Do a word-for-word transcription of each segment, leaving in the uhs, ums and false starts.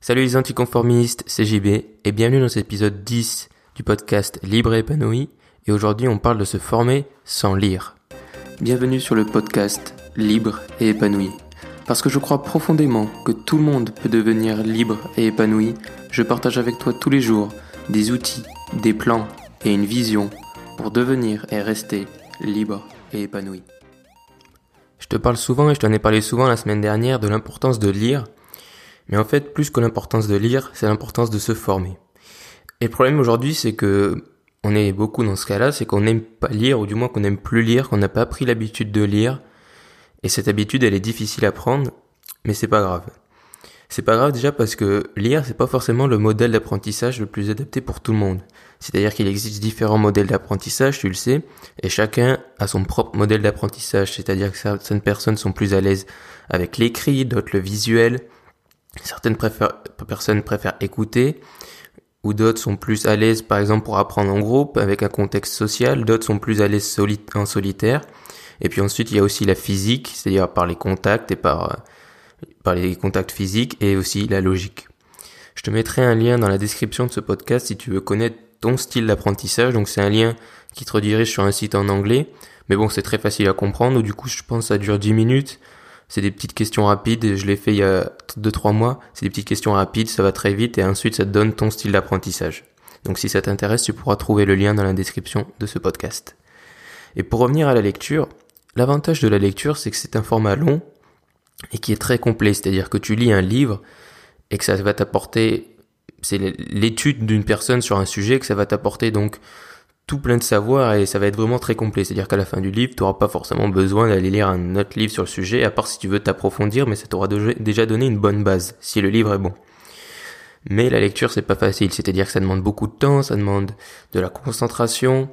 Salut les anticonformistes, c'est J B et bienvenue dans cet épisode dix du podcast Libre et épanoui. Et aujourd'hui on parle de se former sans lire. Bienvenue sur le podcast Libre et épanoui. Parce que je crois profondément que tout le monde peut devenir libre et épanoui, je partage avec toi tous les jours des outils, des plans et une vision pour devenir et rester libre et épanoui. Je te parle souvent et je t'en ai parlé souvent la semaine dernière de l'importance de lire. Mais en fait, plus que l'importance de lire, c'est l'importance de se former. Et le problème aujourd'hui, c'est que on est beaucoup dans ce cas-là, c'est qu'on n'aime pas lire, ou du moins qu'on n'aime plus lire, qu'on n'a pas pris l'habitude de lire. Et cette habitude, elle est difficile à prendre, mais c'est pas grave. C'est pas grave déjà parce que lire, c'est pas forcément le modèle d'apprentissage le plus adapté pour tout le monde. C'est-à-dire qu'il existe différents modèles d'apprentissage, tu le sais, et chacun a son propre modèle d'apprentissage. C'est-à-dire que certaines personnes sont plus à l'aise avec l'écrit, d'autres le visuel. Certaines préfèrent, personnes préfèrent écouter, ou d'autres sont plus à l'aise, par exemple, pour apprendre en groupe, avec un contexte social. D'autres sont plus à l'aise soli- en solitaire. Et puis ensuite, il y a aussi la physique, c'est-à-dire par les contacts et par, par les contacts physiques, et aussi la logique. Je te mettrai un lien dans la description de ce podcast si tu veux connaître ton style d'apprentissage. Donc c'est un lien qui te redirige sur un site en anglais. Mais bon, c'est très facile à comprendre. Du coup, je pense que ça dure dix minutes. C'est des petites questions rapides, je l'ai fait il y a deux trois mois, c'est des petites questions rapides, ça va très vite et ensuite ça te donne ton style d'apprentissage. Donc si ça t'intéresse, tu pourras trouver le lien dans la description de ce podcast. Et pour revenir à la lecture, l'avantage de la lecture, c'est que c'est un format long et qui est très complet, c'est-à-dire que tu lis un livre et que ça va t'apporter, c'est l'étude d'une personne sur un sujet, que ça va t'apporter donc tout plein de savoir et ça va être vraiment très complet. C'est-à-dire qu'à la fin du livre, tu n'auras pas forcément besoin d'aller lire un autre livre sur le sujet, à part si tu veux t'approfondir, mais ça t'aura déjà donné une bonne base, si le livre est bon. Mais la lecture, c'est pas facile. C'est-à-dire que ça demande beaucoup de temps, ça demande de la concentration.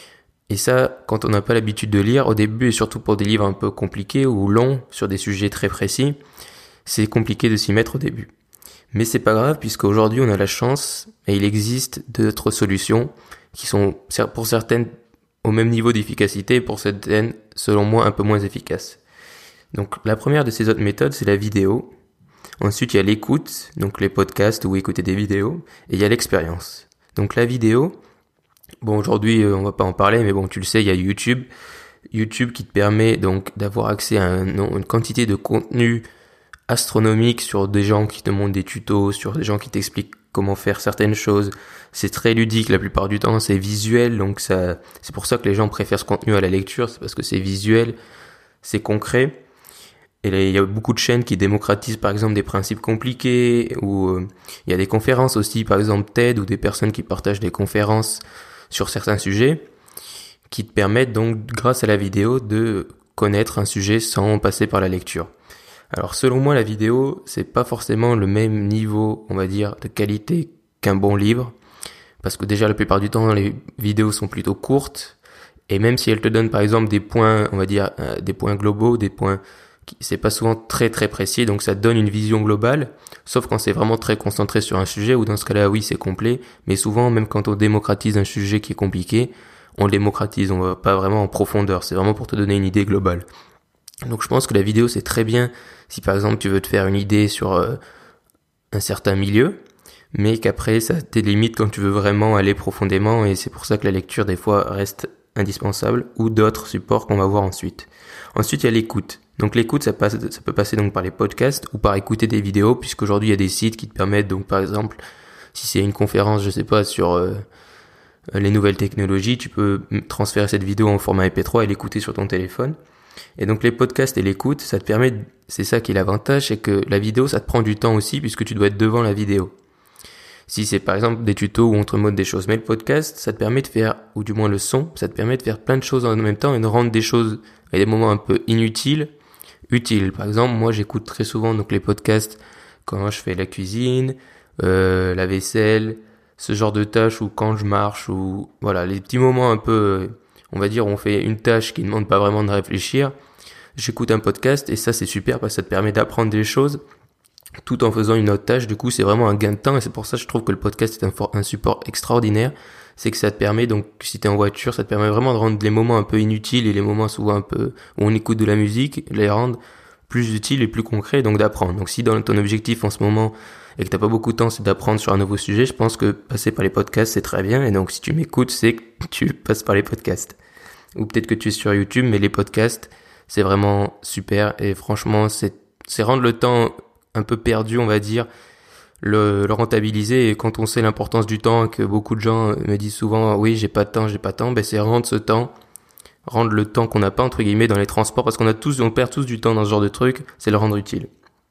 Et ça, quand on n'a pas l'habitude de lire, au début, et surtout pour des livres un peu compliqués ou longs, sur des sujets très précis, c'est compliqué de s'y mettre au début. Mais c'est pas grave, puisqu'aujourd'hui, on a la chance, et il existe d'autres solutions, qui sont pour certaines au même niveau d'efficacité et pour certaines, selon moi, un peu moins efficaces. Donc la première de ces autres méthodes, c'est la vidéo. Ensuite, il y a l'écoute, donc les podcasts ou écouter des vidéos, et il y a l'expérience. Donc la vidéo, bon aujourd'hui on va pas en parler, mais bon tu le sais, il y a YouTube. YouTube qui te permet donc d'avoir accès à un, une quantité de contenu astronomique sur des gens qui te montrent des tutos, sur des gens qui t'expliquent comment faire certaines choses. C'est très ludique la plupart du temps, c'est visuel, donc ça, c'est pour ça que les gens préfèrent ce contenu à la lecture, c'est parce que c'est visuel, c'est concret. Et là, il y a beaucoup de chaînes qui démocratisent par exemple des principes compliqués, ou euh, il y a des conférences aussi, par exemple TED, ou des personnes qui partagent des conférences sur certains sujets, qui te permettent donc, grâce à la vidéo, de connaître un sujet sans passer par la lecture. Alors selon moi, la vidéo, c'est pas forcément le même niveau, on va dire, de qualité qu'un bon livre, parce que déjà la plupart du temps, les vidéos sont plutôt courtes, et même si elles te donnent par exemple des points, on va dire, euh, des points globaux, des points qui, c'est pas souvent très très précis, donc ça te donne une vision globale, sauf quand c'est vraiment très concentré sur un sujet, ou dans ce cas-là, oui, c'est complet, mais souvent, même quand on démocratise un sujet qui est compliqué, on le démocratise, on va pas vraiment en profondeur, c'est vraiment pour te donner une idée globale. Donc je pense que la vidéo c'est très bien si par exemple tu veux te faire une idée sur euh, un certain milieu, mais qu'après ça t'es limite quand tu veux vraiment aller profondément, et c'est pour ça que la lecture des fois reste indispensable, ou d'autres supports qu'on va voir ensuite. Ensuite il y a l'écoute. Donc l'écoute ça passe, ça peut passer donc par les podcasts ou par écouter des vidéos, puisqu'aujourd'hui il y a des sites qui te permettent donc par exemple si c'est une conférence je sais pas sur euh, les nouvelles technologies, tu peux transférer cette vidéo en format M P trois et l'écouter sur ton téléphone. Et donc les podcasts et l'écoute, ça te permet, c'est ça qui est l'avantage, c'est que la vidéo, ça te prend du temps aussi, puisque tu dois être devant la vidéo. Si c'est par exemple des tutos où on te montre des choses, mais le podcast, ça te permet de faire, ou du moins le son, ça te permet de faire plein de choses en même temps et de rendre des choses, à des moments un peu inutiles, utiles. Par exemple, moi j'écoute très souvent donc les podcasts quand je fais la cuisine, euh, la vaisselle, ce genre de tâches, ou quand je marche, ou voilà, les petits moments un peu... on va dire, on fait une tâche qui ne demande pas vraiment de réfléchir, j'écoute un podcast et ça c'est super parce que ça te permet d'apprendre des choses tout en faisant une autre tâche. Du coup c'est vraiment un gain de temps, et c'est pour ça que je trouve que le podcast est un, for- un support extraordinaire. C'est que ça te permet, donc si t'es en voiture, ça te permet vraiment de rendre les moments un peu inutiles et les moments souvent un peu où on écoute de la musique, les rendre plus utiles et plus concrets, donc d'apprendre. Donc si dans ton objectif en ce moment et que t'as pas beaucoup de temps, c'est d'apprendre sur un nouveau sujet, je pense que passer par les podcasts, c'est très bien. Et donc, si tu m'écoutes, c'est que tu passes par les podcasts. Ou peut-être que tu es sur YouTube, mais les podcasts, c'est vraiment super. Et franchement, c'est, c'est rendre le temps un peu perdu, on va dire, le, le rentabiliser. Et quand on sait l'importance du temps, que beaucoup de gens me disent souvent, oui, j'ai pas de temps, j'ai pas de temps, ben, c'est rendre ce temps, rendre le temps qu'on n'a pas, entre guillemets, dans les transports, parce qu'on a tous, on perd tous du temps dans ce genre de truc, c'est le rendre utile.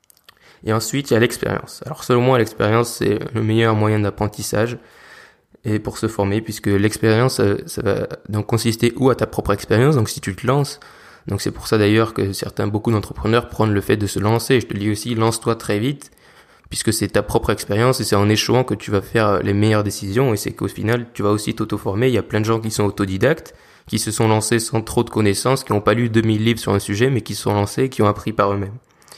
Et ensuite, il y a l'expérience. Alors, selon moi, l'expérience, c'est le meilleur moyen d'apprentissage et pour se former, puisque l'expérience, ça va donc consister ou à ta propre expérience, donc si tu te lances. Donc, c'est pour ça d'ailleurs que certains, beaucoup d'entrepreneurs prennent le fait de se lancer. Je te dis aussi, lance-toi très vite, puisque c'est ta propre expérience et c'est en échouant que tu vas faire les meilleures décisions et c'est qu'au final, tu vas aussi t'auto-former. Il y a plein de gens qui sont autodidactes, qui se sont lancés sans trop de connaissances, qui n'ont pas lu deux mille livres sur un sujet, mais qui se sont lancés et qui ont appris par eux-mêmes.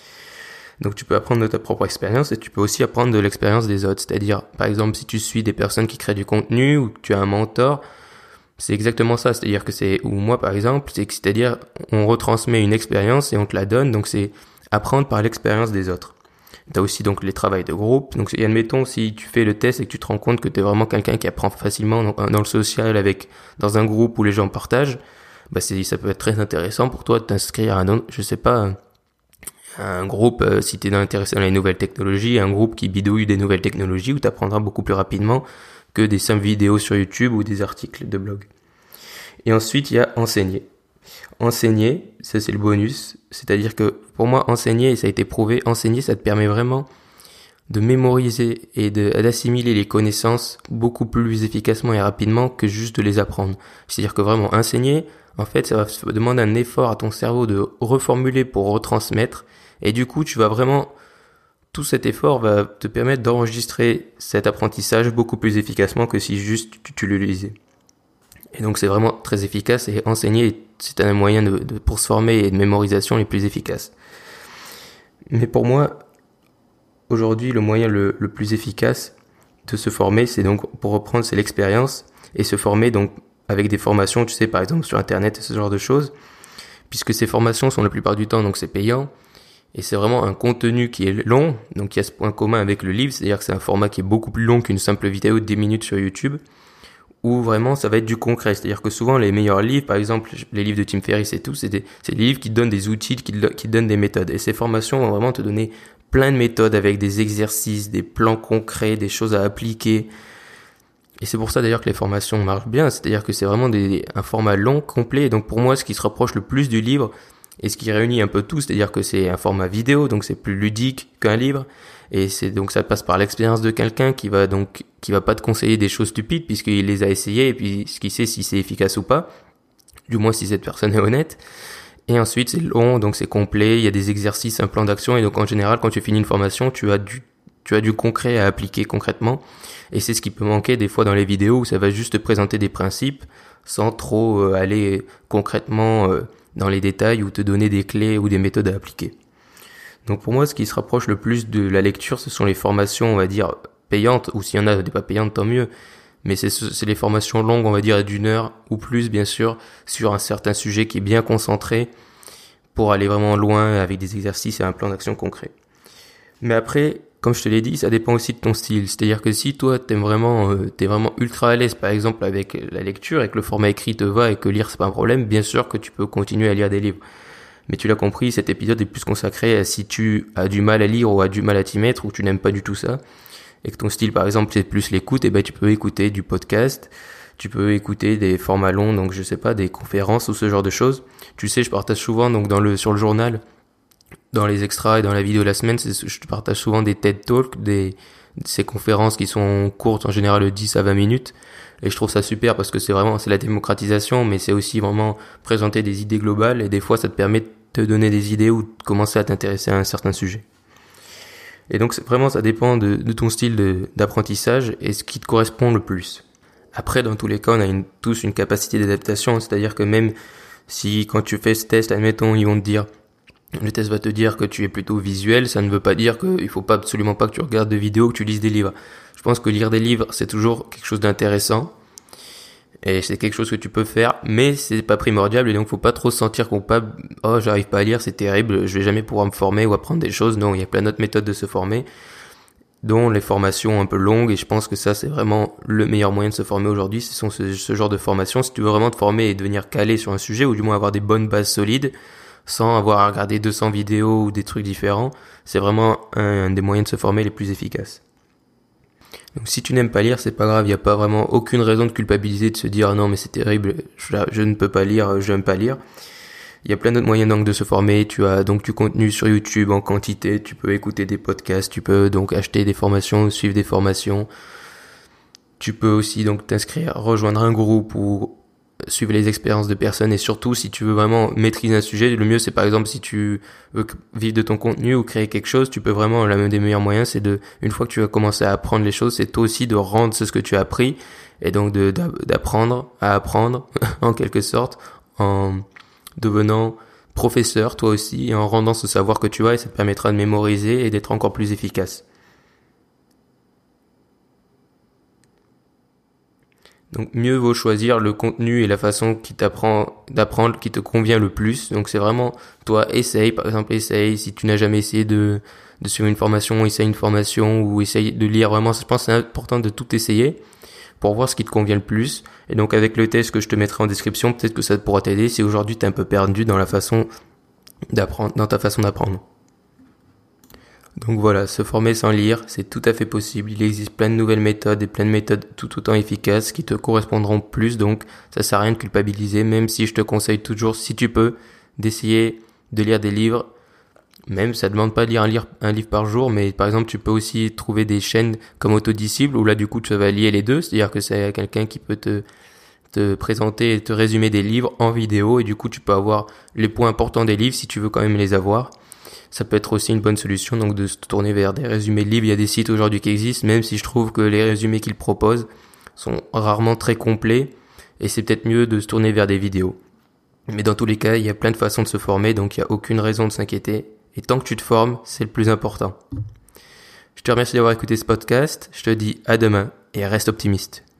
Donc tu peux apprendre de ta propre expérience et tu peux aussi apprendre de l'expérience des autres. C'est-à-dire, par exemple, si tu suis des personnes qui créent du contenu ou que tu as un mentor, c'est exactement ça. C'est-à-dire que c'est, ou moi par exemple, c'est que c'est-à-dire on retransmet une expérience et on te la donne. Donc c'est apprendre par l'expérience des autres. Tu as aussi donc les travails de groupe. Donc et admettons si tu fais le test et que tu te rends compte que tu es vraiment quelqu'un qui apprend facilement dans, dans le social avec dans un groupe où les gens partagent, bah c'est ça peut être très intéressant pour toi de t'inscrire à un je sais pas un groupe euh, si tu es intéressé dans les nouvelles technologies, un groupe qui bidouille des nouvelles technologies où tu apprendras beaucoup plus rapidement que des simples vidéos sur YouTube ou des articles de blog. Et ensuite, il y a enseigner. Enseigner, ça c'est le bonus, c'est-à-dire que pour moi enseigner, et ça a été prouvé, enseigner ça te permet vraiment de mémoriser et de, d'assimiler les connaissances beaucoup plus efficacement et rapidement que juste de les apprendre. C'est-à-dire que vraiment enseigner, en fait ça va demander un effort à ton cerveau de reformuler pour retransmettre et du coup tu vas vraiment, tout cet effort va te permettre d'enregistrer cet apprentissage beaucoup plus efficacement que si juste tu, tu le lisais. Et donc c'est vraiment très efficace et enseigner c'est un moyen de, de, pour se former et de mémorisation les plus efficaces. Mais pour moi, aujourd'hui, le moyen le, le plus efficace de se former, c'est donc, pour reprendre, c'est l'expérience et se former donc avec des formations, tu sais, par exemple sur Internet et ce genre de choses, puisque ces formations sont la plupart du temps, donc c'est payant et c'est vraiment un contenu qui est long, donc il y a ce point commun avec le livre, c'est-à-dire que c'est un format qui est beaucoup plus long qu'une simple vidéo de dix minutes sur YouTube, où vraiment ça va être du concret. C'est-à-dire que souvent les meilleurs livres, par exemple les livres de Tim Ferriss et tout, c'est des, c'est des livres qui donnent des outils, qui, qui donnent des méthodes. Et ces formations vont vraiment te donner plein de méthodes avec des exercices, des plans concrets, des choses à appliquer. Et c'est pour ça d'ailleurs que les formations marchent bien. C'est-à-dire que c'est vraiment des, un format long, complet. Et donc pour moi, ce qui se rapproche le plus du livre et ce qui réunit un peu tout, c'est-à-dire que c'est un format vidéo, donc c'est plus ludique qu'un livre. Et c'est donc ça passe par l'expérience de quelqu'un qui va donc qui va pas te conseiller des choses stupides puisqu'il les a essayées et puis ce qu'il sait si c'est efficace ou pas, du moins si cette personne est honnête. Et ensuite c'est long, donc c'est complet, il y a des exercices, un plan d'action et donc en général quand tu finis une formation, tu as du tu as du concret à appliquer concrètement et c'est ce qui peut manquer des fois dans les vidéos où ça va juste te présenter des principes sans trop euh, aller concrètement euh, dans les détails ou te donner des clés ou des méthodes à appliquer. Donc pour moi, ce qui se rapproche le plus de la lecture, ce sont les formations, on va dire, payantes, ou s'il y en a des pas payantes, tant mieux. Mais c'est, c'est les formations longues, on va dire, d'une heure ou plus, bien sûr, sur un certain sujet qui est bien concentré pour aller vraiment loin avec des exercices et un plan d'action concret. Mais après, comme je te l'ai dit, ça dépend aussi de ton style. C'est-à-dire que si toi, t'aimes vraiment, euh, t'es vraiment ultra à l'aise, par exemple, avec la lecture et que le format écrit te va et que lire c'est pas un problème, bien sûr que tu peux continuer à lire des livres. Mais tu l'as compris, cet épisode est plus consacré à si tu as du mal à lire ou as du mal à t'y mettre ou tu n'aimes pas du tout ça et que ton style par exemple c'est plus l'écoute, et ben tu peux écouter du podcast, tu peux écouter des formats longs, donc je sais pas, des conférences ou ce genre de choses. Tu sais, je partage souvent donc dans le sur le journal, dans les extras et dans la vidéo de la semaine, c'est, je partage souvent des TED Talks, des ces conférences qui sont courtes en général de dix à vingt minutes. Et je trouve ça super parce que c'est vraiment, c'est la démocratisation, mais c'est aussi vraiment présenter des idées globales et des fois ça te permet de te donner des idées ou de commencer à t'intéresser à un certain sujet. Et donc c'est vraiment, ça dépend de, de ton style de, d'apprentissage et ce qui te correspond le plus. Après, dans tous les cas, on a une, tous une capacité d'adaptation, c'est-à-dire que même si quand tu fais ce test, admettons, ils vont te dire, le test va te dire que tu es plutôt visuel, ça ne veut pas dire qu'il faut pas absolument pas que tu regardes des vidéos, que tu lises des livres. Je pense que lire des livres, c'est toujours quelque chose d'intéressant. Et c'est quelque chose que tu peux faire, mais c'est pas primordial et donc faut pas trop se sentir coupable. Oh, j'arrive pas à lire, c'est terrible, je vais jamais pouvoir me former ou apprendre des choses. Non, il y a plein d'autres méthodes de se former. dont les formations un peu longues, et je pense que ça c'est vraiment le meilleur moyen de se former aujourd'hui, ce sont ce, ce genre de formation. Si tu veux vraiment te former et devenir calé sur un sujet, ou du moins avoir des bonnes bases solides, sans avoir à regarder deux cents vidéos ou des trucs différents, c'est vraiment un, un des moyens de se former les plus efficaces. Donc si tu n'aimes pas lire, c'est pas grave, il n'y a pas vraiment aucune raison de culpabiliser, de se dire ah non mais c'est terrible, je, je ne peux pas lire, je n'aime pas lire. Il y a plein d'autres moyens donc de se former. Tu as donc du contenu sur YouTube en quantité. Tu peux écouter des podcasts. Tu peux donc acheter des formations, suivre des formations. Tu peux aussi donc t'inscrire, rejoindre un groupe ou suivre les expériences de personnes. Et surtout, si tu veux vraiment maîtriser un sujet, le mieux c'est par exemple si tu veux vivre de ton contenu ou créer quelque chose, tu peux vraiment, l'un des meilleurs moyens c'est de, une fois que tu vas commencer à apprendre les choses, c'est toi aussi de rendre ce que tu as appris et donc de d'apprendre à apprendre en quelque sorte en devenant professeur toi aussi et en rendant ce savoir que tu as, et ça te permettra de mémoriser et d'être encore plus efficace. Donc mieux vaut choisir le contenu et la façon qui t'apprend d'apprendre qui te convient le plus. Donc c'est vraiment toi, essaye, par exemple essaye, si tu n'as jamais essayé de, de suivre une formation, essaye une formation ou essaye de lire vraiment. Je pense que c'est important de tout essayer pour voir ce qui te convient le plus. Et donc avec le test que je te mettrai en description, peut-être que ça pourra t'aider si aujourd'hui tu es un peu perdu dans la façon d'apprendre, dans ta façon d'apprendre. Donc voilà, se former sans lire, c'est tout à fait possible. Il existe plein de nouvelles méthodes et plein de méthodes tout autant efficaces qui te correspondront plus. Donc ça sert à rien de culpabiliser, même si je te conseille toujours, si tu peux, d'essayer de lire des livres. Même, ça demande pas de lire un, lire un livre par jour, mais par exemple, tu peux aussi trouver des chaînes comme Autodisciple, où là, du coup, tu vas lier les deux. C'est-à-dire que c'est quelqu'un qui peut te, te présenter et te résumer des livres en vidéo, et du coup, tu peux avoir les points importants des livres si tu veux quand même les avoir. Ça peut être aussi une bonne solution, donc de se tourner vers des résumés de livres. Il y a des sites aujourd'hui qui existent, même si je trouve que les résumés qu'ils proposent sont rarement très complets, et c'est peut-être mieux de se tourner vers des vidéos. Mais dans tous les cas, il y a plein de façons de se former, donc il n'y a aucune raison de s'inquiéter. Et tant que tu te formes, c'est le plus important. Je te remercie d'avoir écouté ce podcast. Je te dis à demain et reste optimiste.